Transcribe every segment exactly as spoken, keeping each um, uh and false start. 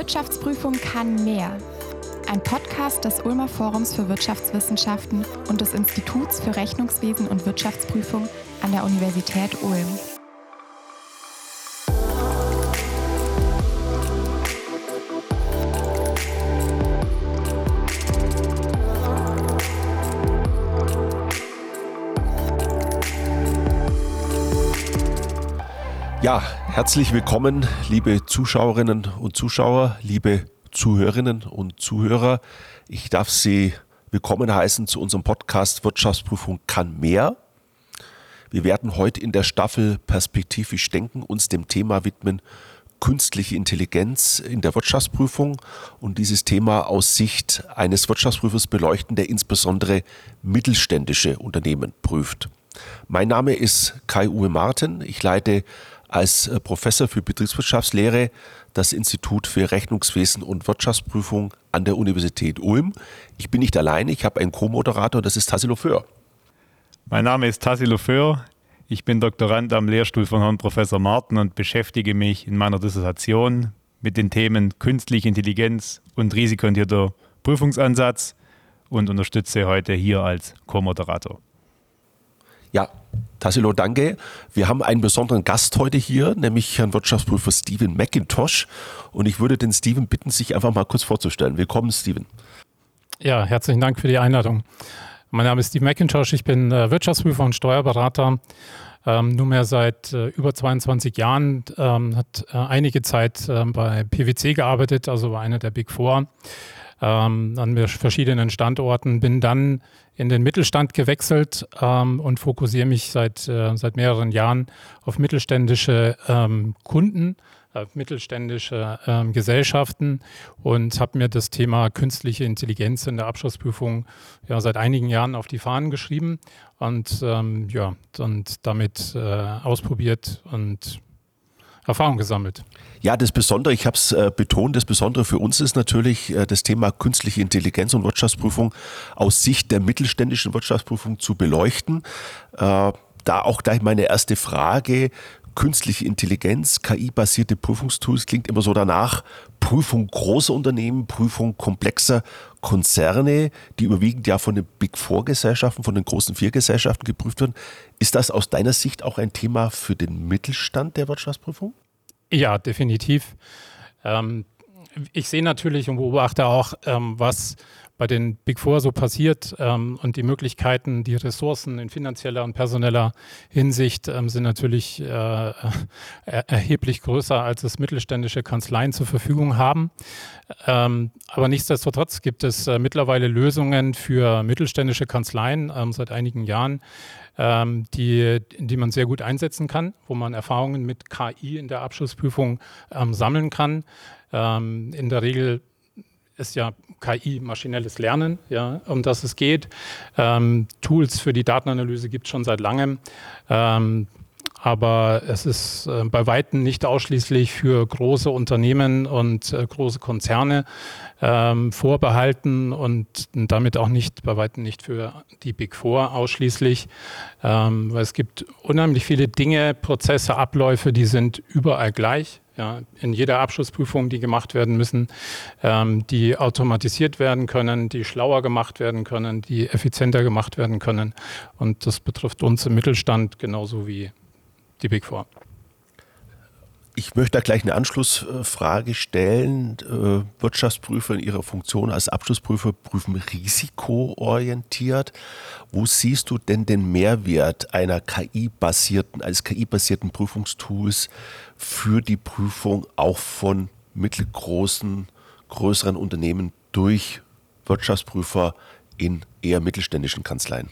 Wirtschaftsprüfung kann mehr. Ein Podcast des Ulmer Forums für Wirtschaftswissenschaften und des Instituts für Rechnungswesen und Wirtschaftsprüfung an der Universität Ulm. Ja, herzlich willkommen, liebe Zuschauerinnen und Zuschauer, liebe Zuhörerinnen und Zuhörer. Ich darf Sie willkommen heißen zu unserem Podcast Wirtschaftsprüfung kann mehr. Wir werden heute in der Staffel Perspektivisch denken uns dem Thema widmen, künstliche Intelligenz in der Wirtschaftsprüfung und dieses Thema aus Sicht eines Wirtschaftsprüfers beleuchten, der insbesondere mittelständische Unternehmen prüft. Mein Name ist Kai-Uwe Martin, ich leite als Professor für Betriebswirtschaftslehre das Institut für Rechnungswesen und Wirtschaftsprüfung an der Universität Ulm. Ich bin nicht alleine, ich habe einen Co-Moderator, das ist Tassilo Föhr. Mein Name ist Tassilo Föhr, ich bin Doktorand am Lehrstuhl von Herrn Professor Martin und beschäftige mich in meiner Dissertation mit den Themen künstliche Intelligenz und risikoorientierter Prüfungsansatz und unterstütze heute hier als Co-Moderator. Ja, Tassilo, danke. Wir haben einen besonderen Gast heute hier, nämlich Herrn Wirtschaftsprüfer Steven McIntosh. Und ich würde den Steven bitten, sich einfach mal kurz vorzustellen. Willkommen, Steven. Ja, herzlichen Dank für die Einladung. Mein Name ist Steven McIntosh, ich bin äh, Wirtschaftsprüfer und Steuerberater. Ähm, nunmehr seit äh, über zweiundzwanzig Jahren, ähm, hat äh, einige Zeit äh, bei P W C gearbeitet, also bei einer der Big Four. Ähm, an verschiedenen Standorten, bin dann in den Mittelstand gewechselt ähm, und fokussiere mich seit, äh, seit mehreren Jahren auf mittelständische ähm, Kunden, auf mittelständische ähm, Gesellschaften und habe mir das Thema künstliche Intelligenz in der Abschlussprüfung ja, seit einigen Jahren auf die Fahnen geschrieben und, ähm, ja, und damit äh, ausprobiert und Erfahrung gesammelt. Ja, das Besondere, ich habe es äh, betont, das Besondere für uns ist natürlich äh, das Thema künstliche Intelligenz und Wirtschaftsprüfung aus Sicht der mittelständischen Wirtschaftsprüfung zu beleuchten. Äh, da auch gleich meine erste Frage. Künstliche Intelligenz, K I-basierte Prüfungstools klingt immer so danach, Prüfung großer Unternehmen, Prüfung komplexer Konzerne, die überwiegend ja von den Big Four Gesellschaften, von den großen vier Gesellschaften geprüft werden. Ist das aus deiner Sicht auch ein Thema für den Mittelstand der Wirtschaftsprüfung? Ja, definitiv. Ähm, ich sehe natürlich und beobachte auch, ähm, was bei den Big Four so passiert ähm, und die Möglichkeiten, die Ressourcen in finanzieller und personeller Hinsicht ähm, sind natürlich äh, er- erheblich größer, als es mittelständische Kanzleien zur Verfügung haben. Ähm, aber nichtsdestotrotz gibt es äh, mittlerweile Lösungen für mittelständische Kanzleien ähm, seit einigen Jahren, ähm, die, die man sehr gut einsetzen kann, wo man Erfahrungen mit K I in der Abschlussprüfung ähm, sammeln kann. Ähm, in der Regel ist ja K I maschinelles Lernen, ja, um das es geht. Ähm, Tools für die Datenanalyse gibt es schon seit langem. Ähm, aber es ist äh, bei Weitem nicht ausschließlich für große Unternehmen und äh, große Konzerne ähm, vorbehalten und damit auch nicht bei Weitem nicht für die Big Four ausschließlich. Ähm, weil es gibt unheimlich viele Dinge, Prozesse, Abläufe, die sind überall gleich. Ja, in jeder Abschlussprüfung, die gemacht werden müssen, ähm, die automatisiert werden können, die schlauer gemacht werden können, die effizienter gemacht werden können. Und das betrifft uns im Mittelstand genauso wie die Big Four. Ich möchte da gleich eine Anschlussfrage stellen. Wirtschaftsprüfer in ihrer Funktion als Abschlussprüfer prüfen risikoorientiert. Wo siehst du denn den Mehrwert einer K I-basierten, eines K I-basierten Prüfungstools für die Prüfung auch von mittelgroßen, größeren Unternehmen durch Wirtschaftsprüfer in eher mittelständischen Kanzleien?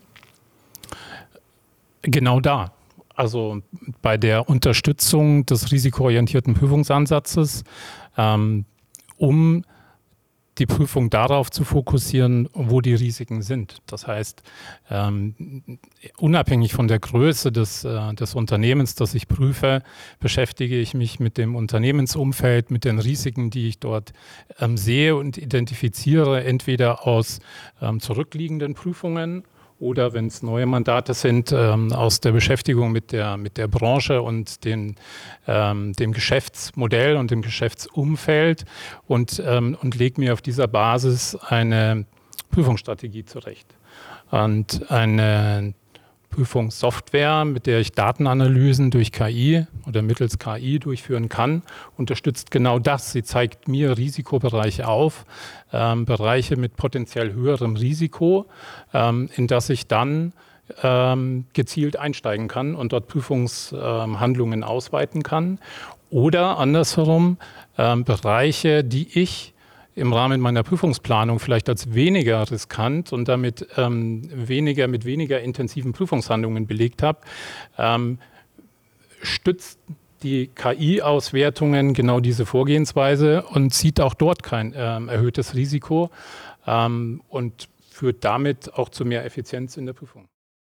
Genau da. Also bei der Unterstützung des risikoorientierten Prüfungsansatzes, ähm, um die Prüfung darauf zu fokussieren, wo die Risiken sind. Das heißt, ähm, unabhängig von der Größe des, äh, des Unternehmens, das ich prüfe, beschäftige ich mich mit dem Unternehmensumfeld, mit den Risiken, die ich dort ähm, sehe und identifiziere, entweder aus ähm, zurückliegenden Prüfungen oder wenn es neue Mandate sind, ähm, aus der Beschäftigung mit der, mit der Branche und den, ähm, dem Geschäftsmodell und dem Geschäftsumfeld und, ähm, und lege mir auf dieser Basis eine Prüfungsstrategie zurecht. Und eine Prüfungssoftware, mit der ich Datenanalysen durch K I oder mittels K I durchführen kann, unterstützt genau das. Sie zeigt mir Risikobereiche auf, ähm, Bereiche mit potenziell höherem Risiko, ähm, in das ich dann ähm, gezielt einsteigen kann und dort Prüfungshandlungen ähm, ausweiten kann. Oder andersherum ähm, Bereiche, die ich im Rahmen meiner Prüfungsplanung vielleicht als weniger riskant und damit ähm, weniger mit weniger intensiven Prüfungshandlungen belegt habe, ähm, stützt die K I-Auswertungen genau diese Vorgehensweise und sieht auch dort kein ähm, erhöhtes Risiko ähm, und führt damit auch zu mehr Effizienz in der Prüfung.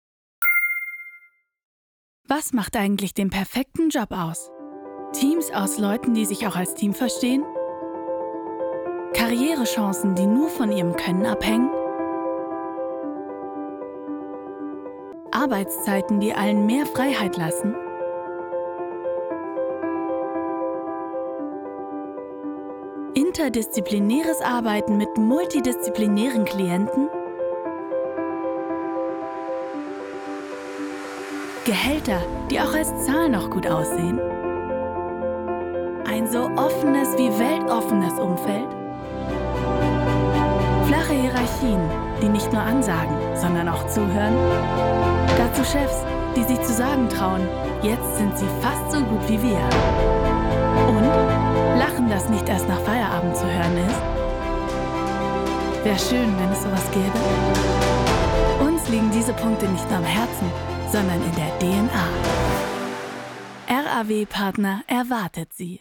Was macht eigentlich den perfekten Job aus? Teams aus Leuten, die sich auch als Team verstehen? Karrierechancen, die nur von ihrem Können abhängen? Arbeitszeiten, die allen mehr Freiheit lassen? Interdisziplinäres Arbeiten mit multidisziplinären Klienten? Gehälter, die auch als Zahl noch gut aussehen? Ein so offenes wie weltoffenes Umfeld? Flache Hierarchien, die nicht nur ansagen, sondern auch zuhören. Dazu Chefs, die sich zu sagen trauen, jetzt sind sie fast so gut wie wir. Und Lachen, das nicht erst nach Feierabend zu hören ist. Wäre schön, wenn es sowas gäbe. Uns liegen diese Punkte nicht nur am Herzen, sondern in der D N A. R A W-Partner erwartet Sie.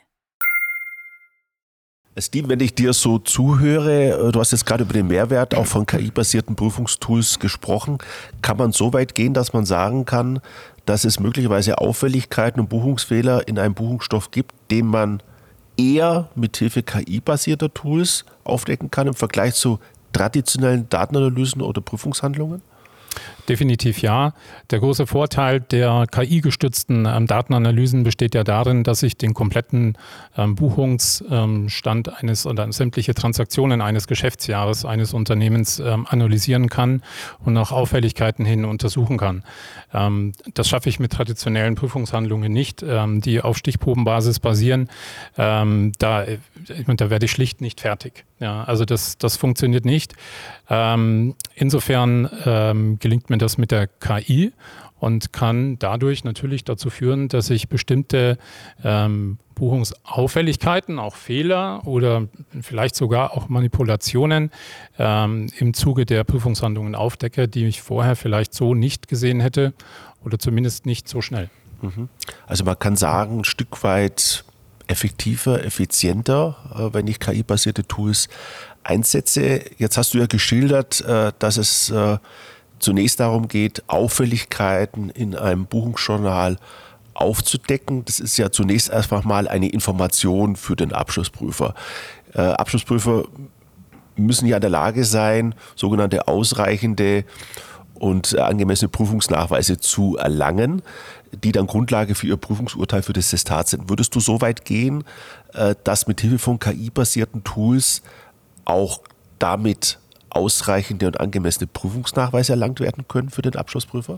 Steve, wenn ich dir so zuhöre, du hast jetzt gerade über den Mehrwert auch von K I-basierten Prüfungstools gesprochen, kann man so weit gehen, dass man sagen kann, dass es möglicherweise Auffälligkeiten und Buchungsfehler in einem Buchungsstoff gibt, den man eher mit Hilfe K I-basierter Tools aufdecken kann im Vergleich zu traditionellen Datenanalysen oder Prüfungshandlungen? Definitiv ja. Der große Vorteil der K I-gestützten ähm, Datenanalysen besteht ja darin, dass ich den kompletten ähm, Buchungsstand ähm, eines oder sämtliche Transaktionen eines Geschäftsjahres eines Unternehmens ähm, analysieren kann und nach Auffälligkeiten hin untersuchen kann. Ähm, das schaffe ich mit traditionellen Prüfungshandlungen nicht, ähm, die auf Stichprobenbasis basieren. Ähm, da, da werde ich schlicht nicht fertig. Ja, also das, das funktioniert nicht. Ähm, insofern ähm, gelingt mir das mit der K I und kann dadurch natürlich dazu führen, dass ich bestimmte ähm, Buchungsauffälligkeiten, auch Fehler oder vielleicht sogar auch Manipulationen ähm, im Zuge der Prüfungshandlungen aufdecke, die ich vorher vielleicht so nicht gesehen hätte oder zumindest nicht so schnell. Also man kann sagen, ein Stück weit effektiver, effizienter, wenn ich K I-basierte Tools einsetze. Jetzt hast du ja geschildert, dass es zunächst darum geht, Auffälligkeiten in einem Buchungsjournal aufzudecken. Das ist ja zunächst einfach mal eine Information für den Abschlussprüfer. Abschlussprüfer müssen ja in der Lage sein, sogenannte ausreichende und angemessene Prüfungsnachweise zu erlangen, die dann Grundlage für ihr Prüfungsurteil für das Testat sind. Würdest du so weit gehen, dass mit Hilfe von K I-basierten Tools auch damit ausreichende und angemessene Prüfungsnachweise erlangt werden können für den Abschlussprüfer?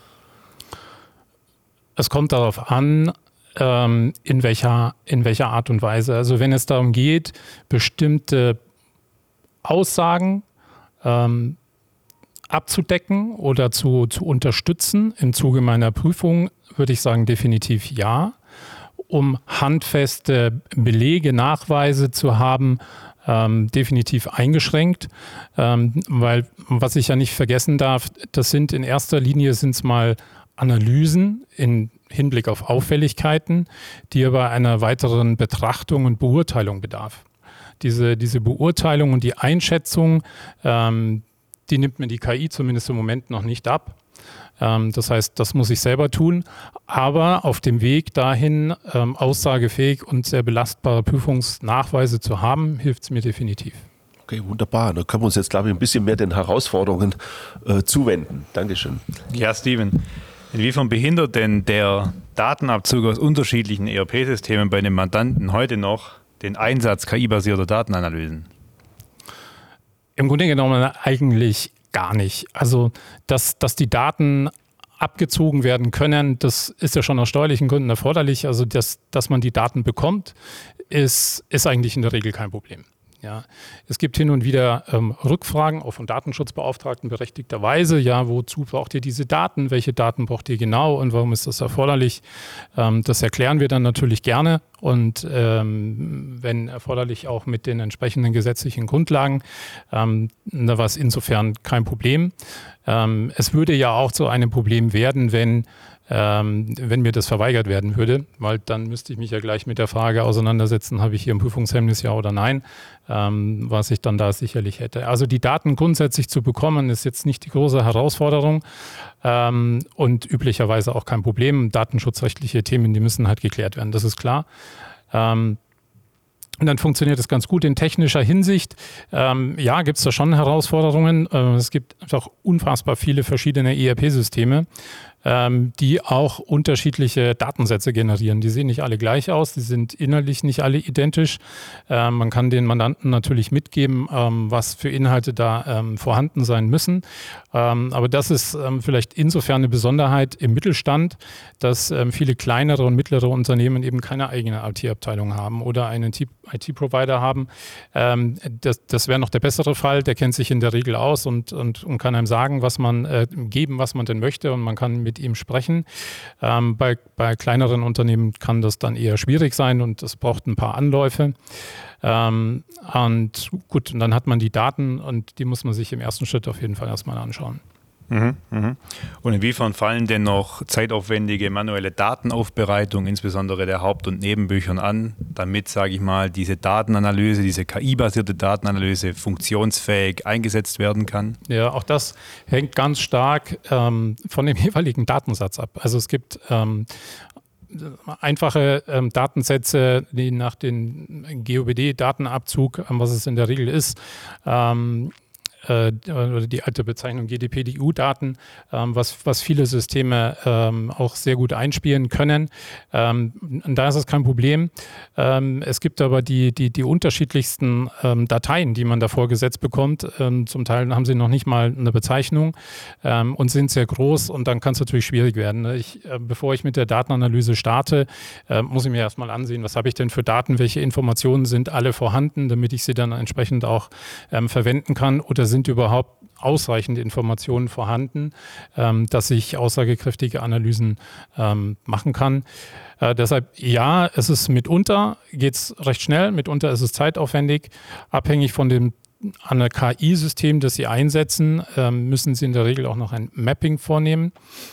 Es kommt darauf an, in welcher, in welcher Art und Weise. Also wenn es darum geht, bestimmte Aussagen ähm, abzudecken oder zu, zu unterstützen im Zuge meiner Prüfung, würde ich sagen, definitiv ja. Um handfeste Belege, Nachweise zu haben, ähm, definitiv eingeschränkt. Ähm, weil, was ich ja nicht vergessen darf, das sind in erster Linie sind es mal Analysen im Hinblick auf Auffälligkeiten, die aber einer weiteren Betrachtung und Beurteilung bedarf. Diese, diese Beurteilung und die Einschätzung, ähm, die nimmt mir die K I zumindest im Moment noch nicht ab. Ähm, das heißt, das muss ich selber tun. Aber auf dem Weg dahin, ähm, aussagefähig und sehr belastbare Prüfungsnachweise zu haben, hilft es mir definitiv. Okay, wunderbar. Da können wir uns jetzt, glaube ich, ein bisschen mehr den Herausforderungen äh, zuwenden. Dankeschön. Ja, Steven, inwiefern behindert denn der Datenabzug aus unterschiedlichen E R P-Systemen bei einem Mandanten heute noch den Einsatz K I-basierter Datenanalysen? Im Grunde genommen eigentlich gar nicht. Also, dass, dass die Daten abgezogen werden können, das ist ja schon aus steuerlichen Gründen erforderlich. Also, dass, dass man die Daten bekommt, ist, ist eigentlich in der Regel kein Problem. Ja, es gibt hin und wieder ähm, Rückfragen, auch von Datenschutzbeauftragten berechtigterweise. Ja, wozu braucht ihr diese Daten? Welche Daten braucht ihr genau und warum ist das erforderlich? Ähm, das erklären wir dann natürlich gerne und ähm, wenn erforderlich auch mit den entsprechenden gesetzlichen Grundlagen. Ähm, da war es insofern kein Problem. Ähm, es würde ja auch zu einem Problem werden, wenn Ähm, wenn mir das verweigert werden würde, weil dann müsste ich mich ja gleich mit der Frage auseinandersetzen, habe ich hier ein Prüfungshemmnis, ja oder nein, ähm, was ich dann da sicherlich hätte. Also die Daten grundsätzlich zu bekommen, ist jetzt nicht die große Herausforderung ähm, und üblicherweise auch kein Problem. Datenschutzrechtliche Themen, die müssen halt geklärt werden, das ist klar. Ähm, Und dann funktioniert es ganz gut in technischer Hinsicht. Ähm, ja, gibt es da schon Herausforderungen. Äh, es gibt einfach unfassbar viele verschiedene E R P-Systeme, ähm, die auch unterschiedliche Datensätze generieren. Die sehen nicht alle gleich aus, die sind inhaltlich nicht alle identisch. Ähm, man kann den Mandanten natürlich mitgeben, ähm, was für Inhalte da ähm, vorhanden sein müssen. Ähm, aber das ist ähm, vielleicht insofern eine Besonderheit im Mittelstand, dass ähm, viele kleinere und mittlere Unternehmen eben keine eigene I T-Abteilung haben oder einen I T-Provider haben. Ähm, das das wäre noch der bessere Fall. Der kennt sich in der Regel aus und, und, und kann einem sagen, was man äh, geben, was man denn möchte und man kann mit ihm sprechen. Ähm, bei, bei kleineren Unternehmen kann das dann eher schwierig sein und es braucht ein paar Anläufe. Ähm, und gut, und dann hat man die Daten und die muss man sich im ersten Schritt auf jeden Fall erstmal anschauen. Mhm, mhm. Und inwiefern fallen denn noch zeitaufwendige manuelle Datenaufbereitung, insbesondere der Haupt- und Nebenbüchern an, damit, sage ich mal, diese Datenanalyse, diese K I-basierte Datenanalyse funktionsfähig eingesetzt werden kann? Ja, auch das hängt ganz stark ähm, von dem jeweiligen Datensatz ab. Also es gibt ähm, einfache ähm, Datensätze, die nach dem G O B D-Datenabzug, ähm, was es in der Regel ist, ähm, oder die alte Bezeichnung G D P D U-Daten, ähm, was, was viele Systeme ähm, auch sehr gut einspielen können. Ähm, und da ist es kein Problem. Ähm, es gibt aber die, die, die unterschiedlichsten ähm, Dateien, die man da vorgesetzt bekommt. Ähm, zum Teil haben sie noch nicht mal eine Bezeichnung ähm, und sind sehr groß und dann kann es natürlich schwierig werden. Ich, äh, bevor ich mit der Datenanalyse starte, äh, muss ich mir erstmal ansehen, was habe ich denn für Daten, welche Informationen sind alle vorhanden, damit ich sie dann entsprechend auch ähm, verwenden kann oder sind überhaupt ausreichend Informationen vorhanden, ähm, dass ich aussagekräftige Analysen ähm, machen kann. Äh, deshalb ja, es ist mitunter, geht es recht schnell, mitunter ist es zeitaufwendig, abhängig von dem an der K I-System, das Sie einsetzen, ähm, müssen Sie in der Regel auch noch ein Mapping vornehmen.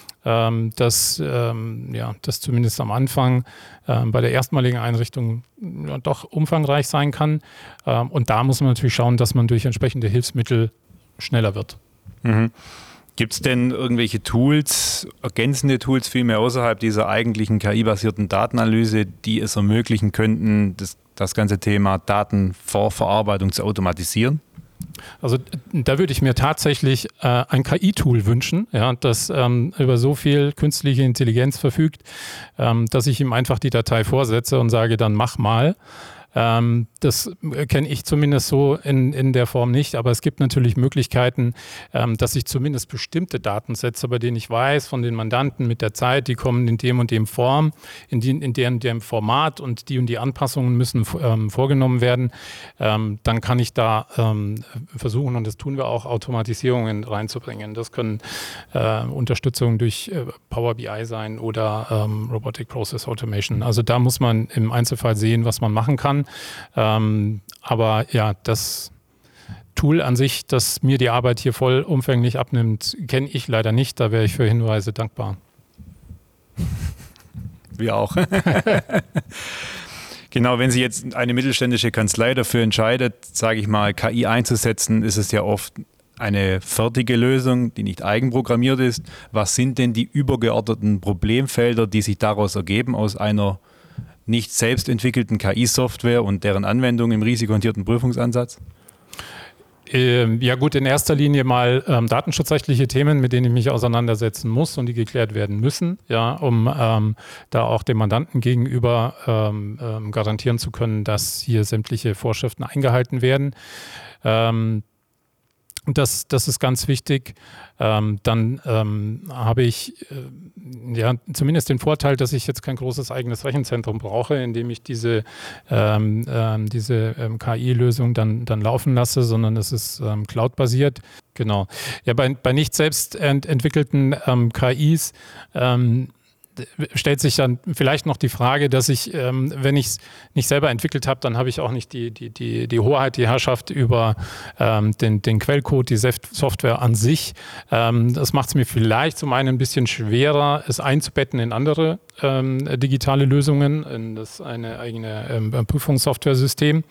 Ähm, das, ähm, ja, das zumindest am Anfang ähm, bei der erstmaligen Einrichtung ja, doch umfangreich sein kann. Ähm, und da muss man natürlich schauen, dass man durch entsprechende Hilfsmittel schneller wird. Mhm. Gibt es denn irgendwelche Tools, ergänzende Tools vielmehr außerhalb dieser eigentlichen K I-basierten Datenanalyse, die es ermöglichen könnten, das, das ganze Thema Datenvorverarbeitung zu automatisieren? Also da würde ich mir tatsächlich äh, ein K I-Tool wünschen, ja, das ähm, über so viel künstliche Intelligenz verfügt, ähm, dass ich ihm einfach die Datei vorsetze und sage, dann mach mal. Ähm, das kenne ich zumindest so in, in der Form nicht, aber es gibt natürlich Möglichkeiten, ähm, dass ich zumindest bestimmte Datensätze, bei denen ich weiß, von den Mandanten mit der Zeit, die kommen in dem und dem Form, in, die, in dem, dem Format und die und die Anpassungen müssen ähm, vorgenommen werden, ähm, dann kann ich da ähm, versuchen, und das tun wir auch, Automatisierungen reinzubringen. Das können äh, Unterstützungen durch äh, Power B I sein oder ähm, Robotic Process Automation. Also da muss man im Einzelfall sehen, was man machen kann. Ähm, aber ja, das Tool an sich, das mir die Arbeit hier vollumfänglich abnimmt, kenne ich leider nicht. Da wäre ich für Hinweise dankbar. Wir auch. Genau, wenn sich jetzt eine mittelständische Kanzlei dafür entscheidet, sage ich mal, K I einzusetzen, ist es ja oft eine fertige Lösung, die nicht eigenprogrammiert ist. Was sind denn die übergeordneten Problemfelder, die sich daraus ergeben aus einer nicht selbst entwickelten K I-Software und deren Anwendung im risikoorientierten Prüfungsansatz? Ja gut, in erster Linie mal ähm, datenschutzrechtliche Themen, mit denen ich mich auseinandersetzen muss und die geklärt werden müssen, ja, um ähm, da auch dem Mandanten gegenüber ähm, ähm, garantieren zu können, dass hier sämtliche Vorschriften eingehalten werden. Ähm, Das, das ist ganz wichtig. Ähm, dann ähm, habe ich äh, ja zumindest den Vorteil, dass ich jetzt kein großes eigenes Rechenzentrum brauche, in dem ich diese, ähm, ähm, diese ähm, K I-Lösung dann, dann laufen lasse, sondern es ist ähm, cloud-basiert. Genau. Ja, bei, bei nicht selbst ent entwickelten ähm, K Is ähm, stellt sich dann vielleicht noch die Frage, dass ich, ähm, wenn ich es nicht selber entwickelt habe, dann habe ich auch nicht die, die, die, die Hoheit, die Herrschaft über ähm, den, den Quellcode, die Software an sich. Ähm, das macht es mir vielleicht zum einen ein bisschen schwerer, es einzubetten in andere ähm, digitale Lösungen, in das eine eigene ähm, Prüfungssoftware-System.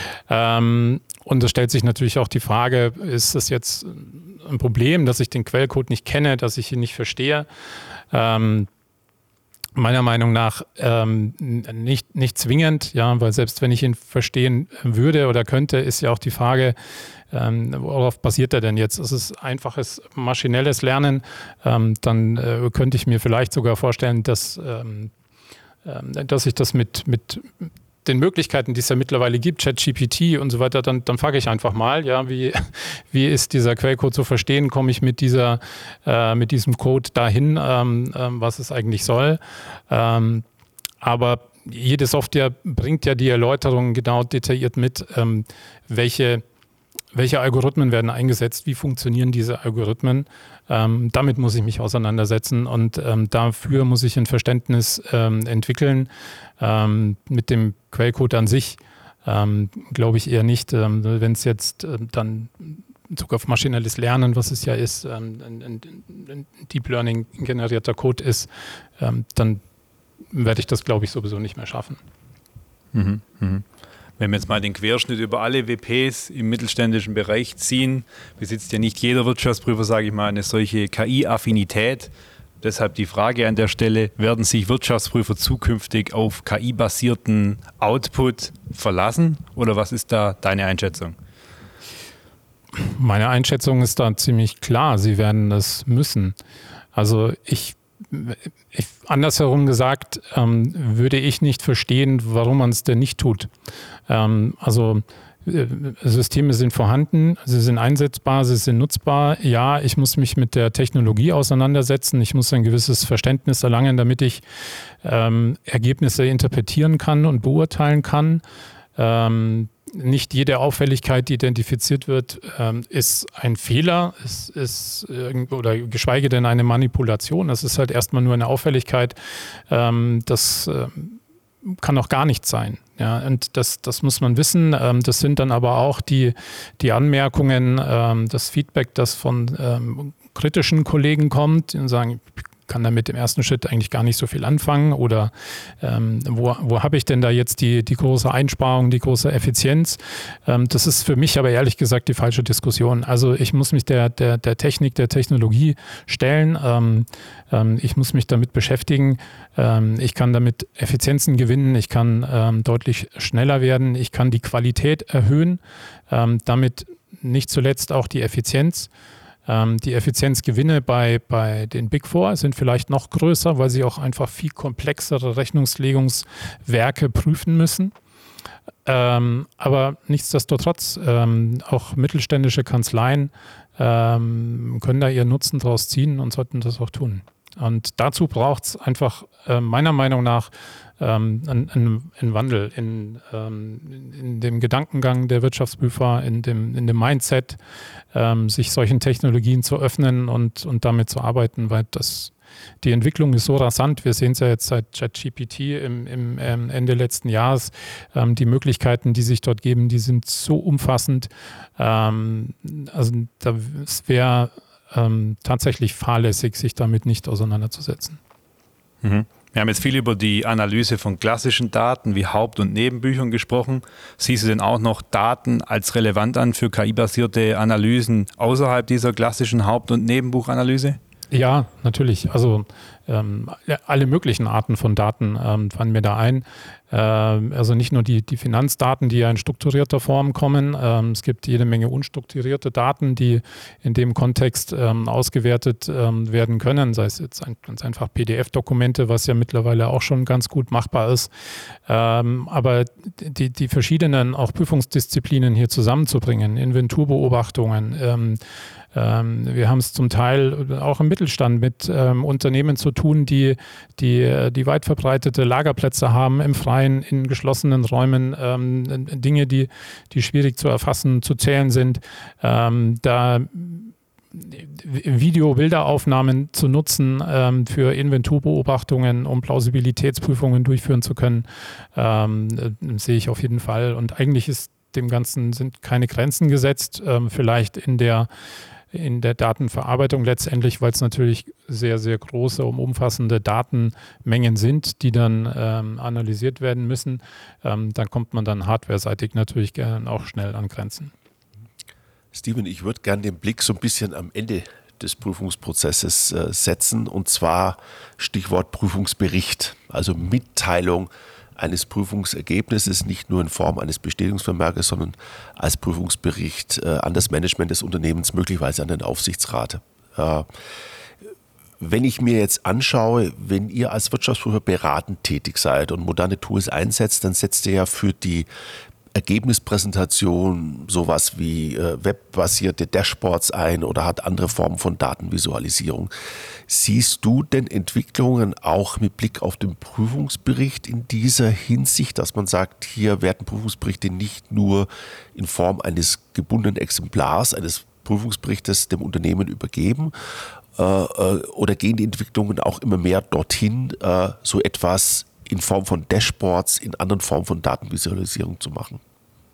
Ähm, und es stellt sich natürlich auch die Frage, ist es jetzt ein Problem, dass ich den Quellcode nicht kenne, dass ich ihn nicht verstehe? Ähm, Meiner Meinung nach ähm, nicht, nicht zwingend, ja, weil selbst wenn ich ihn verstehen würde oder könnte, ist ja auch die Frage, ähm, worauf basiert er denn jetzt? Ist es einfaches maschinelles Lernen? Ähm, dann äh, könnte ich mir vielleicht sogar vorstellen, dass, ähm, äh, dass ich das mit, mit den Möglichkeiten, die es ja mittlerweile gibt, ChatGPT und so weiter, dann, dann frage ich einfach mal, ja, wie, wie ist dieser Quellcode zu verstehen? Komme ich mit dieser, äh, mit diesem Code dahin, ähm, ähm, was es eigentlich soll? Ähm, aber jede Software bringt ja die Erläuterung genau detailliert mit, ähm, welche Welche Algorithmen werden eingesetzt? Wie funktionieren diese Algorithmen? Ähm, damit muss ich mich auseinandersetzen und ähm, dafür muss ich ein Verständnis ähm, entwickeln. Ähm, mit dem Quellcode an sich ähm, glaube ich eher nicht. Ähm, wenn es jetzt äh, dann sogar auf maschinelles Lernen, was es ja ist, ähm, ein, ein, ein Deep Learning generierter Code ist, ähm, dann werde ich das, glaube ich, sowieso nicht mehr schaffen. Mhm, mh. Wenn wir jetzt mal den Querschnitt über alle W Ps im mittelständischen Bereich ziehen, besitzt ja nicht jeder Wirtschaftsprüfer, sage ich mal, eine solche K I-Affinität. Deshalb die Frage an der Stelle, werden sich Wirtschaftsprüfer zukünftig auf K I-basierten Output verlassen oder was ist da deine Einschätzung? Meine Einschätzung ist da ziemlich klar, sie werden das müssen. Also ich Ich, andersherum gesagt, ähm, würde ich nicht verstehen, warum man es denn nicht tut. Ähm, also äh, Systeme sind vorhanden, sie sind einsetzbar, sie sind nutzbar. Ja, ich muss mich mit der Technologie auseinandersetzen, ich muss ein gewisses Verständnis erlangen, damit ich ähm, Ergebnisse interpretieren kann und beurteilen kann. Ähm, Nicht jede Auffälligkeit, die identifiziert wird, ist ein Fehler, ist, ist, oder geschweige denn eine Manipulation. Das ist halt erstmal nur eine Auffälligkeit. Das kann auch gar nichts sein. Ja, und das, das muss man wissen. Das sind dann aber auch die, die Anmerkungen, das Feedback, das von kritischen Kollegen kommt, die sagen, kann damit im ersten Schritt eigentlich gar nicht so viel anfangen oder ähm, wo, wo habe ich denn da jetzt die, die große Einsparung, die große Effizienz? Ähm, das ist für mich aber ehrlich gesagt die falsche Diskussion. Also ich muss mich der, der, der Technik, der Technologie stellen. Ähm, ähm, ich muss mich damit beschäftigen. Ähm, ich kann damit Effizienzen gewinnen. Ich kann ähm, deutlich schneller werden. Ich kann die Qualität erhöhen. Ähm, damit nicht zuletzt auch die Effizienz. Die Effizienzgewinne bei, bei den Big Four sind vielleicht noch größer, weil sie auch einfach viel komplexere Rechnungslegungswerke prüfen müssen. Ähm, aber nichtsdestotrotz, ähm, auch mittelständische Kanzleien ähm, können da ihren Nutzen draus ziehen und sollten das auch tun. Und dazu braucht es einfach äh, meiner Meinung nach ähm, einen, einen Wandel in, ähm, in dem Gedankengang der Wirtschaftsprüfer, in dem, in dem Mindset, ähm, sich solchen Technologien zu öffnen und, und damit zu arbeiten, weil das, die Entwicklung ist so rasant. Wir sehen es ja jetzt seit ChatGPT im, im ähm, Ende letzten Jahres. Ähm, die Möglichkeiten, die sich dort geben, die sind so umfassend. Ähm, also da, es wäre ähm, tatsächlich fahrlässig, sich damit nicht auseinanderzusetzen. Mhm. Wir haben jetzt viel über die Analyse von klassischen Daten wie Haupt- und Nebenbüchern gesprochen. Siehst du denn auch noch Daten als relevant an für K I-basierte Analysen außerhalb dieser klassischen Haupt- und Nebenbuchanalyse? Ja, natürlich. Also ähm, alle möglichen Arten von Daten ähm, fallen mir da ein. Ähm, also nicht nur die, die Finanzdaten, die ja in strukturierter Form kommen. Ähm, es gibt jede Menge unstrukturierte Daten, die in dem Kontext ähm, ausgewertet ähm, werden können, sei es jetzt ein, ganz einfach P D F-Dokumente, was ja mittlerweile auch schon ganz gut machbar ist. Ähm, aber die, die verschiedenen auch Prüfungsdisziplinen hier zusammenzubringen, Inventurbeobachtungen, ähm, ähm, wir haben es zum Teil auch im Mittelstand mit ähm, Unternehmen zu tun, die, die, die weit verbreitete Lagerplätze haben im Freien, in geschlossenen Räumen, ähm, Dinge, die, die schwierig zu erfassen, zu zählen sind. Ähm, da Video-Bilderaufnahmen zu nutzen ähm, für Inventurbeobachtungen, um Plausibilitätsprüfungen durchführen zu können, ähm, äh, sehe ich auf jeden Fall. Und eigentlich ist dem Ganzen sind keine Grenzen gesetzt, ähm, vielleicht in der, in der Datenverarbeitung letztendlich, weil es natürlich sehr, sehr große, umfassende Datenmengen sind, die dann ähm, analysiert werden müssen. Ähm, dann kommt man dann hardwareseitig natürlich gerne auch schnell an Grenzen. Steven, ich würde gerne den Blick so ein bisschen am Ende des Prüfungsprozesses äh, setzen, und zwar Stichwort Prüfungsbericht, also Mitteilung eines Prüfungsergebnisses, nicht nur in Form eines Bestätigungsvermerkes, sondern als Prüfungsbericht äh, an das Management des Unternehmens, möglicherweise an den Aufsichtsrat. Äh, wenn ich mir jetzt anschaue, wenn ihr als Wirtschaftsprüfer beratend tätig seid und moderne Tools einsetzt, dann setzt ihr ja für die Ergebnispräsentation sowas wie äh, webbasierte Dashboards ein oder hat andere Formen von Datenvisualisierung. Siehst du denn Entwicklungen auch mit Blick auf den Prüfungsbericht in dieser Hinsicht, dass man sagt, hier werden Prüfungsberichte nicht nur in Form eines gebundenen Exemplars, eines Prüfungsberichtes dem Unternehmen übergeben, äh, äh, oder gehen die Entwicklungen auch immer mehr dorthin, äh, so etwas in Form von Dashboards, in anderen Formen von Datenvisualisierung zu machen?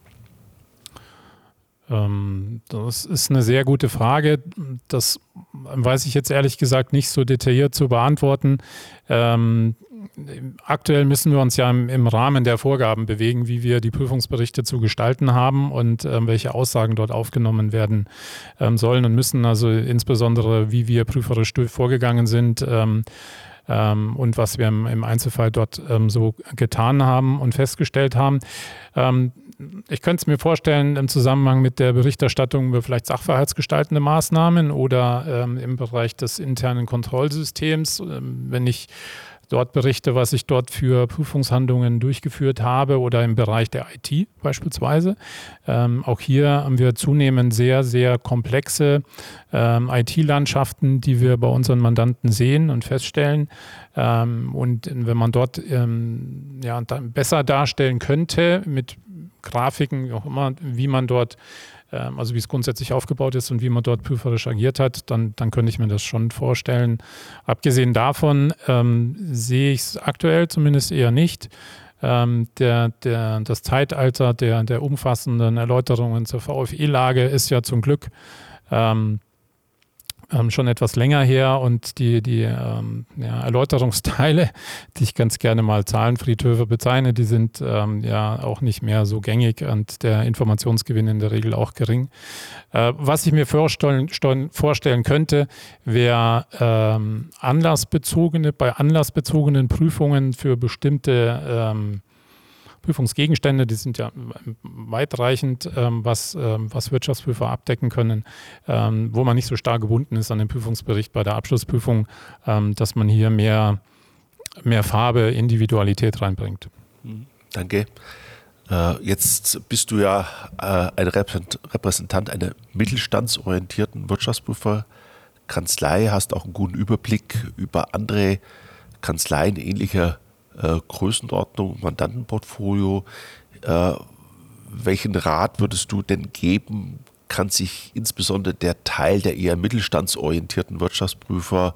Ähm, das ist eine sehr gute Frage. Das weiß ich jetzt ehrlich gesagt nicht so detailliert zu beantworten. Ähm, aktuell müssen wir uns ja im, im Rahmen der Vorgaben bewegen, wie wir die Prüfungsberichte zu gestalten haben und ähm, welche Aussagen dort aufgenommen werden ähm, sollen und müssen. Also insbesondere, wie wir prüferisch vorgegangen sind, ähm, Ähm, und was wir im, im Einzelfall dort ähm, so getan haben und festgestellt haben. Ähm, ich könnte es mir vorstellen, im Zusammenhang mit der Berichterstattung über vielleicht sachverhaltsgestaltende Maßnahmen oder ähm, im Bereich des internen Kontrollsystems, ähm, wenn ich dort berichte, was ich dort für Prüfungshandlungen durchgeführt habe oder im Bereich der I T beispielsweise. Ähm, auch hier haben wir zunehmend sehr, sehr komplexe ähm, I T-Landschaften, die wir bei unseren Mandanten sehen und feststellen. Ähm, und wenn man dort ähm, ja, besser darstellen könnte mit Grafiken, wie auch immer, wie man dort also wie es grundsätzlich aufgebaut ist und wie man dort prüferisch agiert hat, dann, dann könnte ich mir das schon vorstellen. Abgesehen davon ähm, sehe ich es aktuell zumindest eher nicht. Ähm, der, der, das Zeitalter der, der umfassenden Erläuterungen zur VfE-Lage ist ja zum Glück ähm, Ähm, schon etwas länger her, und die, die ähm, ja, Erläuterungsteile, die ich ganz gerne mal Zahlenfriedhöfe bezeichne, die sind ähm, ja auch nicht mehr so gängig und der Informationsgewinn in der Regel auch gering. Äh, was ich mir vorstellen, vorstellen könnte, wäre ähm, anlassbezogene, bei anlassbezogenen Prüfungen für bestimmte ähm, Prüfungsgegenstände, die sind ja weitreichend, ähm, was, ähm, was Wirtschaftsprüfer abdecken können, ähm, wo man nicht so stark gebunden ist an den Prüfungsbericht bei der Abschlussprüfung, ähm, dass man hier mehr, mehr Farbe, Individualität reinbringt. Danke. Äh, jetzt bist du ja äh, ein Repräsentant einer mittelstandsorientierten Wirtschaftsprüferkanzlei, hast auch einen guten Überblick über andere Kanzleien ähnlicher Äh, Größenordnung, Mandantenportfolio. Äh, welchen Rat würdest du denn geben? Kann sich insbesondere der Teil der eher mittelstandsorientierten Wirtschaftsprüfer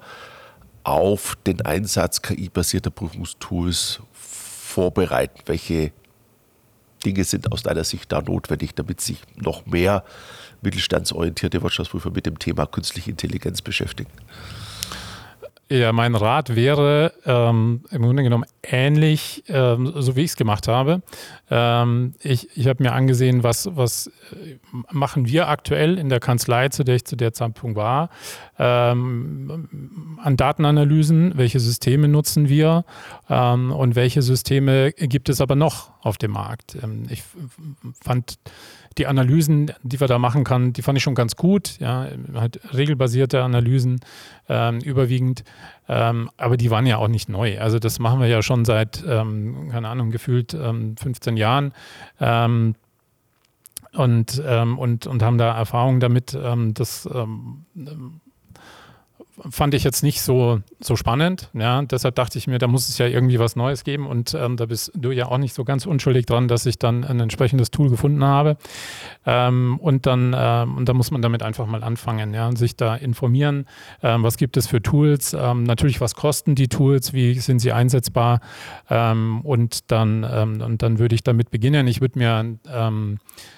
auf den Einsatz K I-basierter Prüfungstools vorbereiten? Welche Dinge sind aus deiner Sicht da notwendig, damit sich noch mehr mittelstandsorientierte Wirtschaftsprüfer mit dem Thema künstliche Intelligenz beschäftigen? Ja, mein Rat wäre ähm, im Grunde genommen ähnlich, ähm, so wie ich es gemacht habe. Ähm, ich ich habe mir angesehen, was, was machen wir aktuell in der Kanzlei, zu der ich zu der Zeitpunkt war, ähm, an Datenanalysen, welche Systeme nutzen wir ähm, und welche Systeme gibt es aber noch auf dem Markt. Ähm, ich fand die Analysen, die wir da machen kann, die fand ich schon ganz gut. Ja, halt regelbasierte Analysen ähm, überwiegend. Ähm, aber die waren ja auch nicht neu. Also das machen wir ja schon seit, ähm, keine Ahnung, gefühlt ähm, fünfzehn Jahren. Ähm, und, ähm, und, und haben da Erfahrungen damit. Ähm, das ähm, fand ich jetzt nicht so, so spannend. Ja, deshalb dachte ich mir, da muss es ja irgendwie was Neues geben. Und ähm, da bist du ja auch nicht so ganz unschuldig dran, dass ich dann ein entsprechendes Tool gefunden habe. Ähm, und dann ähm, und dann muss man damit einfach mal anfangen, ja, und sich da informieren. Ähm, was gibt es für Tools? Ähm, natürlich, was kosten die Tools? Wie sind sie einsetzbar? Ähm, und dann ähm, und dann würde ich damit beginnen. Ich würde mir ähm,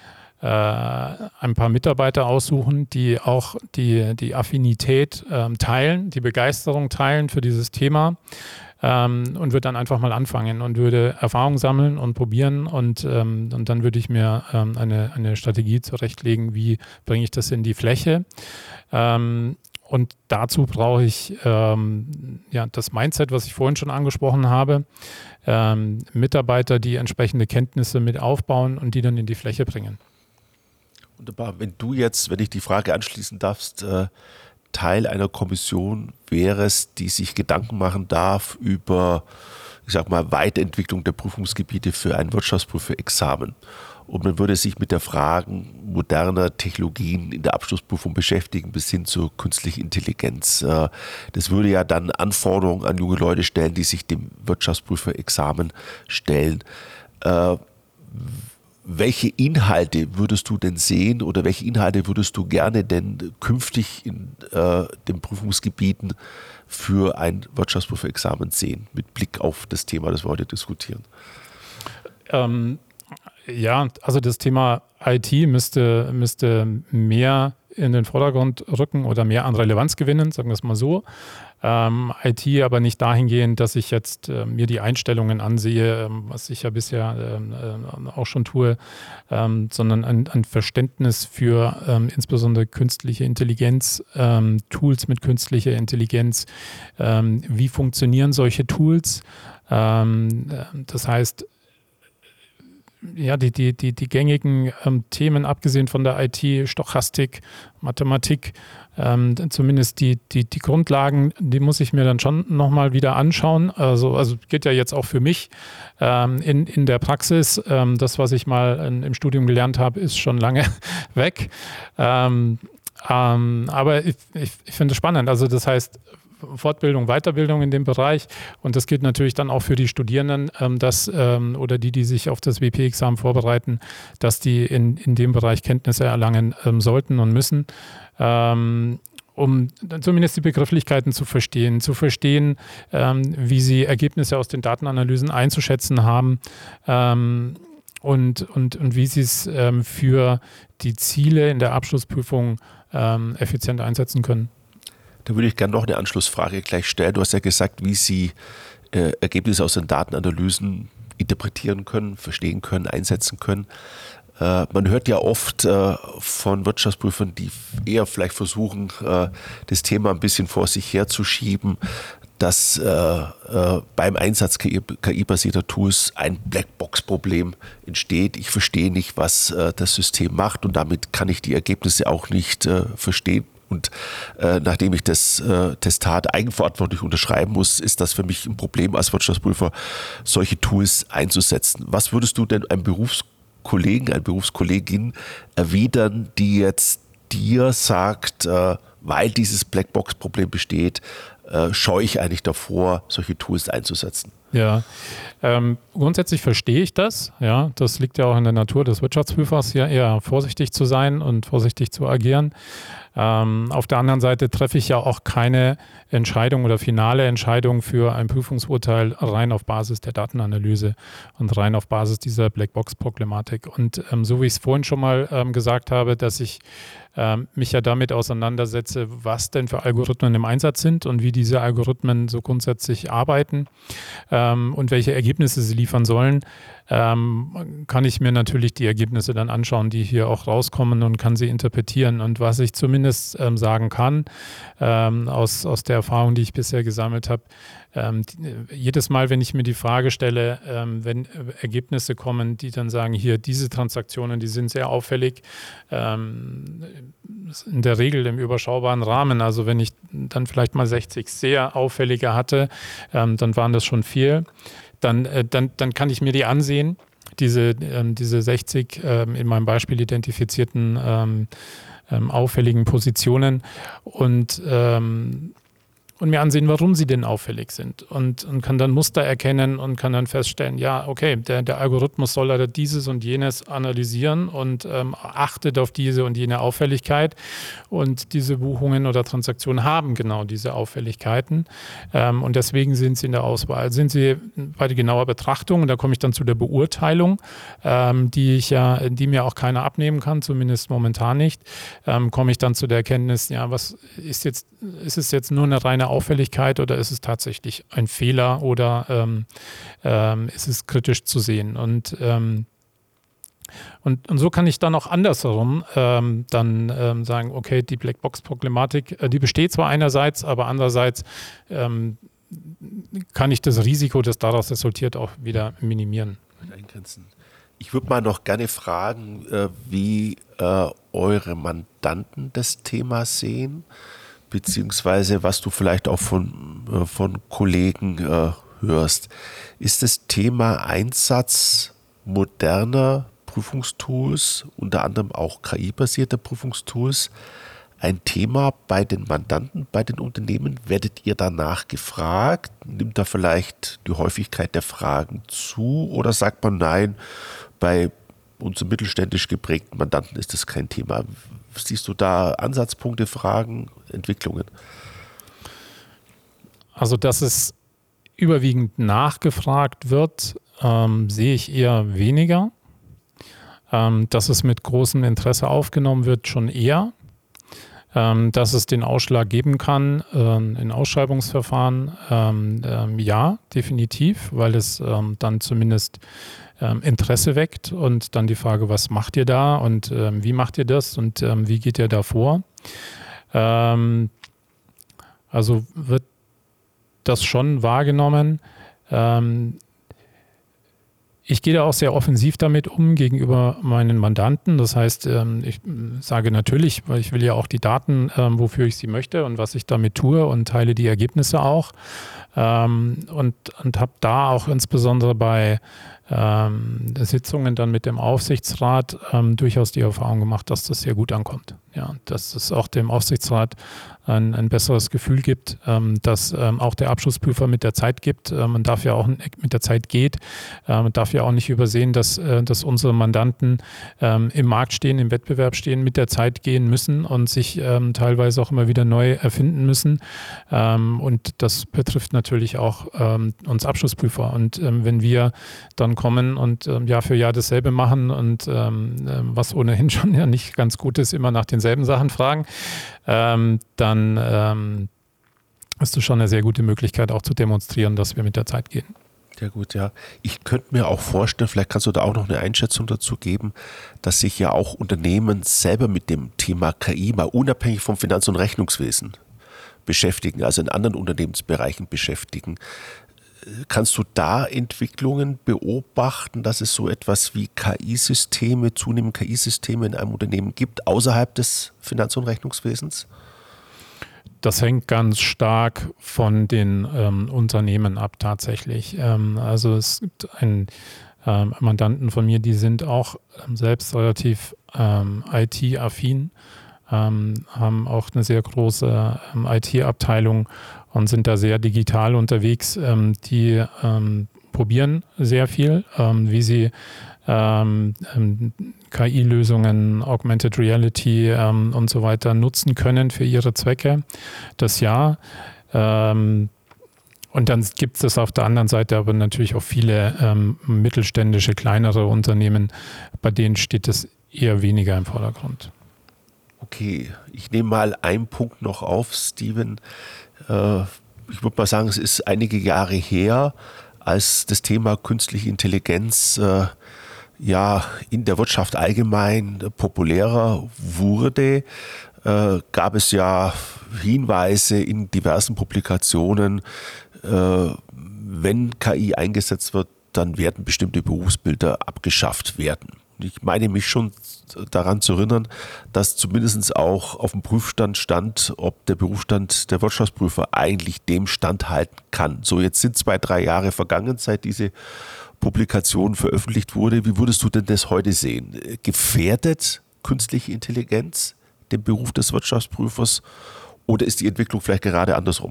ein paar Mitarbeiter aussuchen, die auch die, die Affinität ähm, teilen, die Begeisterung teilen für dieses Thema ähm, und würde dann einfach mal anfangen und würde Erfahrung sammeln und probieren und, ähm, und dann würde ich mir ähm, eine, eine Strategie zurechtlegen, wie bringe ich das in die Fläche. Ähm, und dazu brauche ich ähm, ja, das Mindset, was ich vorhin schon angesprochen habe, ähm, Mitarbeiter, die entsprechende Kenntnisse mit aufbauen und die dann in die Fläche bringen. Wunderbar. Wenn du jetzt, wenn ich die Frage anschließen darfst, äh, Teil einer Kommission wärst, die sich Gedanken machen darf über, ich sag mal, Weiterentwicklung der Prüfungsgebiete für ein Wirtschaftsprüferexamen. Und man würde sich mit der Frage moderner Technologien in der Abschlussprüfung beschäftigen, bis hin zur künstlichen Intelligenz. Äh, das würde ja dann Anforderungen an junge Leute stellen, die sich dem Wirtschaftsprüferexamen stellen. Äh, Welche Inhalte würdest du denn sehen oder welche Inhalte würdest du gerne denn künftig in äh, den Prüfungsgebieten für ein Wirtschaftsprüferexamen sehen, mit Blick auf das Thema, das wir heute diskutieren? Ähm, ja, also das Thema I T müsste, müsste mehr in den Vordergrund rücken oder mehr an Relevanz gewinnen, sagen wir es mal so. Ähm, I T aber nicht dahingehend, dass ich jetzt äh, mir die Einstellungen ansehe, ähm, was ich ja bisher ähm, äh, auch schon tue, ähm, sondern ein, ein Verständnis für ähm, insbesondere künstliche Intelligenz, ähm, Tools mit künstlicher Intelligenz, ähm, wie funktionieren solche Tools. Ähm, das heißt, ja, die, die, die, die gängigen ähm, Themen, abgesehen von der I T, Stochastik, Mathematik, ähm, zumindest die, die, die Grundlagen, die muss ich mir dann schon nochmal wieder anschauen. Also, also geht ja jetzt auch für mich ähm, in, in der Praxis. Ähm, das, was ich mal in, im Studium gelernt habe, ist schon lange weg. Ähm, ähm, aber ich, ich, ich finde es spannend. Also das heißt, Fortbildung, Weiterbildung in dem Bereich. Und das gilt natürlich dann auch für die Studierenden, ähm, dass, ähm, oder die, die sich auf das W P-Examen vorbereiten, dass die in, in dem Bereich Kenntnisse erlangen ähm, sollten und müssen, ähm, um zumindest die Begrifflichkeiten zu verstehen, zu verstehen, ähm, wie sie Ergebnisse aus den Datenanalysen einzuschätzen haben ähm, und, und, und wie sie es ähm, für die Ziele in der Abschlussprüfung ähm, effizient einsetzen können. Da würde ich gerne noch eine Anschlussfrage gleich stellen. Du hast ja gesagt, wie Sie äh, Ergebnisse aus den Datenanalysen interpretieren können, verstehen können, einsetzen können. Äh, man hört ja oft äh, von Wirtschaftsprüfern, die eher vielleicht versuchen, äh, das Thema ein bisschen vor sich herzuschieben, dass äh, äh, beim Einsatz K I-basierter Tools ein Blackbox-Problem entsteht. Ich verstehe nicht, was äh, das System macht und damit kann ich die Ergebnisse auch nicht äh, verstehen. Und äh, nachdem ich das äh, Testat eigenverantwortlich unterschreiben muss, ist das für mich ein Problem als Wirtschaftsprüfer, solche Tools einzusetzen. Was würdest du denn einem Berufskollegen, einer Berufskollegin erwidern, die jetzt dir sagt, äh, weil dieses Blackbox-Problem besteht, äh, scheue ich eigentlich davor, solche Tools einzusetzen? Ja, ähm, grundsätzlich verstehe ich das. Ja, das liegt ja auch in der Natur des Wirtschaftsprüfers, ja eher vorsichtig zu sein und vorsichtig zu agieren. Ähm, auf der anderen Seite treffe ich ja auch keine Entscheidung oder finale Entscheidung für ein Prüfungsurteil rein auf Basis der Datenanalyse und rein auf Basis dieser Blackbox-Problematik. Und ähm, so wie ich es vorhin schon mal ähm, gesagt habe, dass ich ähm, mich ja damit auseinandersetze, was denn für Algorithmen im Einsatz sind und wie diese Algorithmen so grundsätzlich arbeiten ähm, und welche Ergebnisse sie liefern sollen, ähm, kann ich mir natürlich die Ergebnisse dann anschauen, die hier auch rauskommen und kann sie interpretieren. Und was ich zumindest ähm, sagen kann, ähm, aus, aus der Erfahrung, die ich bisher gesammelt habe, ähm, die, jedes Mal, wenn ich mir die Frage stelle, ähm, wenn Ergebnisse kommen, die dann sagen, hier diese Transaktionen, die sind sehr auffällig, ähm, in der Regel im überschaubaren Rahmen. Also wenn ich dann vielleicht mal sechzig sehr auffällige hatte, ähm, dann waren das schon viel. Dann, äh, dann, dann kann ich mir die ansehen, diese, ähm, diese sechzig ähm, in meinem Beispiel identifizierten ähm, ähm, auffälligen Positionen und ähm, und mir ansehen, warum sie denn auffällig sind und, und kann dann Muster erkennen und kann dann feststellen, ja, okay, der, der Algorithmus soll leider dieses und jenes analysieren und ähm, achtet auf diese und jene Auffälligkeit und diese Buchungen oder Transaktionen haben genau diese Auffälligkeiten ähm, und deswegen sind sie in der Auswahl. Sind sie bei der genauer Betrachtung, und da komme ich dann zu der Beurteilung, ähm, die ich ja, die mir auch keiner abnehmen kann, zumindest momentan nicht, ähm, komme ich dann zu der Erkenntnis, ja, was ist jetzt, ist es jetzt nur eine reine Auffälligkeit oder ist es tatsächlich ein Fehler oder ähm, ähm, ist es kritisch zu sehen? Und, ähm, und, und so kann ich dann auch andersherum ähm, dann ähm, sagen, okay, die Blackbox-Problematik, äh, die besteht zwar einerseits, aber andererseits ähm, kann ich das Risiko, das daraus resultiert, auch wieder minimieren. Eingrenzen. Ich würde mal noch gerne fragen, äh, wie äh, eure Mandanten das Thema sehen, beziehungsweise was du vielleicht auch von, äh, von Kollegen äh, hörst. Ist das Thema Einsatz moderner Prüfungstools, unter anderem auch K I-basierter Prüfungstools, ein Thema bei den Mandanten, bei den Unternehmen? Werdet ihr danach gefragt? Nimmt da vielleicht die Häufigkeit der Fragen zu oder sagt man nein, bei unseren mittelständisch geprägten Mandanten ist das kein Thema? Siehst du da Ansatzpunkte, Fragen, Entwicklungen? Also, dass es überwiegend nachgefragt wird, ähm, sehe ich eher weniger. Ähm, dass es mit großem Interesse aufgenommen wird, schon eher. Ähm, dass es den Ausschlag geben kann ähm, in Ausschreibungsverfahren, ähm, ähm, ja, definitiv, weil es ähm, dann zumindest ähm, Interesse weckt und dann die Frage, was macht ihr da und ähm, wie macht ihr das und ähm, wie geht ihr da vor? Ähm, also wird das schon wahrgenommen. Ähm, Ich gehe da auch sehr offensiv damit um gegenüber meinen Mandanten. Das heißt, ich sage natürlich, weil ich will ja auch die Daten, wofür ich sie möchte und was ich damit tue und teile die Ergebnisse auch. Und, und habe da auch insbesondere bei ähm, Sitzungen dann mit dem Aufsichtsrat ähm, durchaus die Erfahrung gemacht, dass das sehr gut ankommt. Ja, dass es auch dem Aufsichtsrat ein, ein besseres Gefühl gibt, ähm, dass ähm, auch der Abschlussprüfer mit der Zeit gibt. Ähm, man darf ja auch mit der Zeit geht. Äh, man darf ja auch nicht übersehen, dass, äh, dass unsere Mandanten ähm, im Markt stehen, im Wettbewerb stehen, mit der Zeit gehen müssen und sich ähm, teilweise auch immer wieder neu erfinden müssen. Ähm, und das betrifft natürlich auch ähm, uns Abschlussprüfer. Und ähm, wenn wir dann kommen und ähm, Jahr für Jahr dasselbe machen und ähm, was ohnehin schon ja nicht ganz gut ist, immer nach denselben Sachen fragen, ähm, dann ähm, ist das schon eine sehr gute Möglichkeit auch zu demonstrieren, dass wir mit der Zeit gehen. Sehr gut, ja. Ich könnte mir auch vorstellen, vielleicht kannst du da auch noch eine Einschätzung dazu geben, dass sich ja auch Unternehmen selber mit dem Thema K I mal unabhängig vom Finanz- und Rechnungswesen beschäftigen, also in anderen Unternehmensbereichen beschäftigen. Kannst du da Entwicklungen beobachten, dass es so etwas wie K I-Systeme, zunehmend K I-Systeme in einem Unternehmen gibt, außerhalb des Finanz- und Rechnungswesens? Das hängt ganz stark von den ähm, Unternehmen ab tatsächlich. Ähm, also es gibt einen ähm, Mandanten von mir, die sind auch ähm, selbst relativ ähm, I T-affin ähm, haben auch eine sehr große ähm, I T-Abteilung und sind da sehr digital unterwegs. Ähm, die ähm, probieren sehr viel, ähm, wie sie ähm, ähm, K I-Lösungen, Augmented Reality ähm, und so weiter nutzen können für ihre Zwecke. Das ja. Ähm, und dann gibt es auf der anderen Seite aber natürlich auch viele ähm, mittelständische, kleinere Unternehmen, bei denen steht es eher weniger im Vordergrund. Okay, ich nehme mal einen Punkt noch auf, Steven. Äh, ich würde mal sagen, es ist einige Jahre her, als das Thema künstliche Intelligenz äh, ja in der Wirtschaft allgemein populärer wurde, äh, gab es ja Hinweise in diversen Publikationen, äh, wenn K I eingesetzt wird, dann werden bestimmte Berufsbilder abgeschafft werden. Ich meine mich schon daran zu erinnern, dass zumindest auch auf dem Prüfstand stand, ob der Berufsstand der Wirtschaftsprüfer eigentlich dem standhalten kann. So, jetzt sind zwei, drei Jahre vergangen, seit diese Publikation veröffentlicht wurde. Wie würdest du denn das heute sehen? Gefährdet künstliche Intelligenz den Beruf des Wirtschaftsprüfers oder ist die Entwicklung vielleicht gerade andersrum?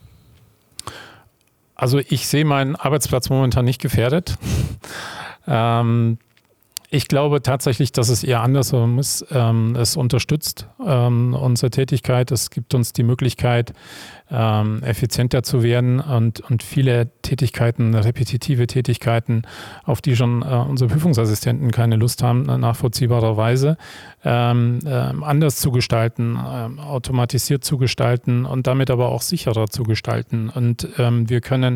Also ich sehe meinen Arbeitsplatz momentan nicht gefährdet. ähm, Ich glaube tatsächlich, dass es eher andersrum ist. Ähm, es unterstützt ähm, unsere Tätigkeit. Es gibt uns die Möglichkeit, ähm, effizienter zu werden und, und viele Tätigkeiten, repetitive Tätigkeiten, auf die schon äh, unsere Prüfungsassistenten keine Lust haben, nachvollziehbarerweise, ähm, äh, anders zu gestalten, äh, automatisiert zu gestalten und damit aber auch sicherer zu gestalten. Und ähm, wir können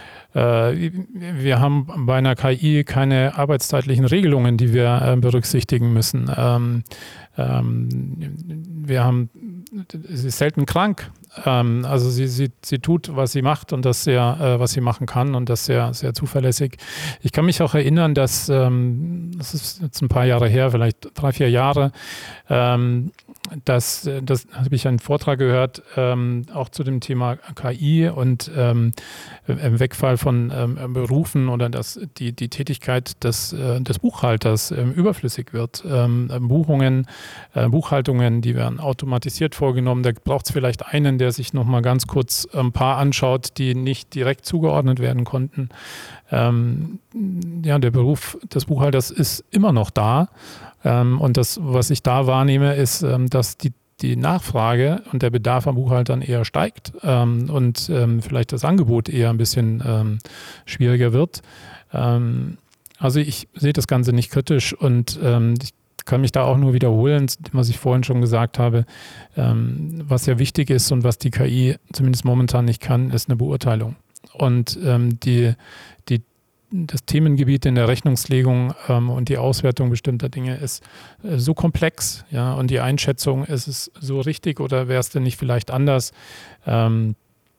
Wir haben bei einer K I keine arbeitszeitlichen Regelungen, die wir berücksichtigen müssen. Ähm, ähm, wir haben, sie ist selten krank. Ähm, also sie, sie, sie tut, was sie macht und das sehr, äh, was sie machen kann und das sehr, sehr zuverlässig. Ich kann mich auch erinnern, dass, ähm, das ist jetzt ein paar Jahre her, vielleicht drei, vier Jahre, ähm, Das, das habe ich einen Vortrag gehört, ähm, auch zu dem Thema K I und ähm, im Wegfall von ähm, Berufen oder dass die, die Tätigkeit des, äh, des Buchhalters ähm, überflüssig wird. Ähm, Buchungen, äh, Buchhaltungen, die werden automatisiert vorgenommen. Da braucht es vielleicht einen, der sich nochmal ganz kurz ein paar anschaut, die nicht direkt zugeordnet werden konnten. Ähm, ja, der Beruf des Buchhalters ist immer noch da. Ähm, und das, was ich da wahrnehme, ist, ähm, dass die, die Nachfrage und der Bedarf an Buchhaltern eher steigt ähm, und ähm, vielleicht das Angebot eher ein bisschen ähm, schwieriger wird. Ähm, also ich sehe das Ganze nicht kritisch und ähm, ich kann mich da auch nur wiederholen, was ich vorhin schon gesagt habe. Ähm, was ja wichtig ist und was die K I zumindest momentan nicht kann, ist eine Beurteilung. Und ähm, die, die, das Themengebiet in der Rechnungslegung ähm, und die Auswertung bestimmter Dinge ist äh, so komplex, ja, und die Einschätzung, ist es so richtig oder wäre es denn nicht vielleicht anders, ähm,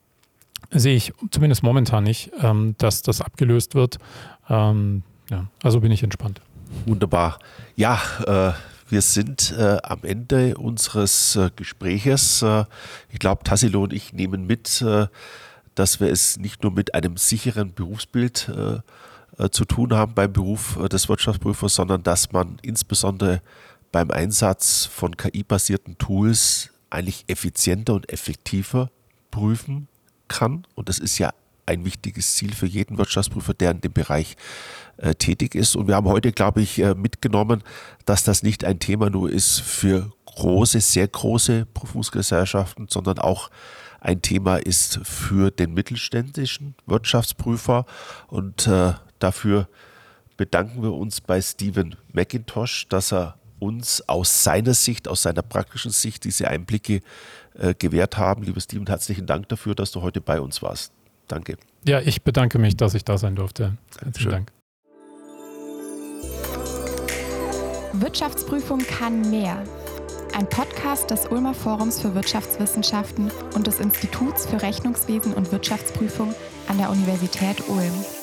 sehe ich zumindest momentan nicht, ähm, dass das abgelöst wird. Ähm, ja, also bin ich entspannt. Wunderbar. Ja, äh, wir sind äh, am Ende unseres äh, Gespräches. Äh, ich glaube, Tassilo und ich nehmen mit, äh, dass wir es nicht nur mit einem sicheren Berufsbild äh, äh, zu tun haben beim Beruf äh, des Wirtschaftsprüfers, sondern dass man insbesondere beim Einsatz von K I-basierten Tools eigentlich effizienter und effektiver prüfen kann. Und das ist ja ein wichtiges Ziel für jeden Wirtschaftsprüfer, der in dem Bereich äh, tätig ist. Und wir haben heute, glaube ich, äh, mitgenommen, dass das nicht ein Thema nur ist für große, sehr große Prüfungsgesellschaften, sondern auch ein Thema ist für den mittelständischen Wirtschaftsprüfer. Und äh, dafür bedanken wir uns bei Steven McIntosh, dass er uns aus seiner Sicht, aus seiner praktischen Sicht diese Einblicke äh, gewährt haben. Lieber Steven, herzlichen Dank dafür, dass du heute bei uns warst. Danke. Ja, ich bedanke mich, dass ich da sein durfte. Herzlichen Dank. Wirtschaftsprüfung kann mehr. Ein Podcast des Ulmer Forums für Wirtschaftswissenschaften und des Instituts für Rechnungswesen und Wirtschaftsprüfung an der Universität Ulm.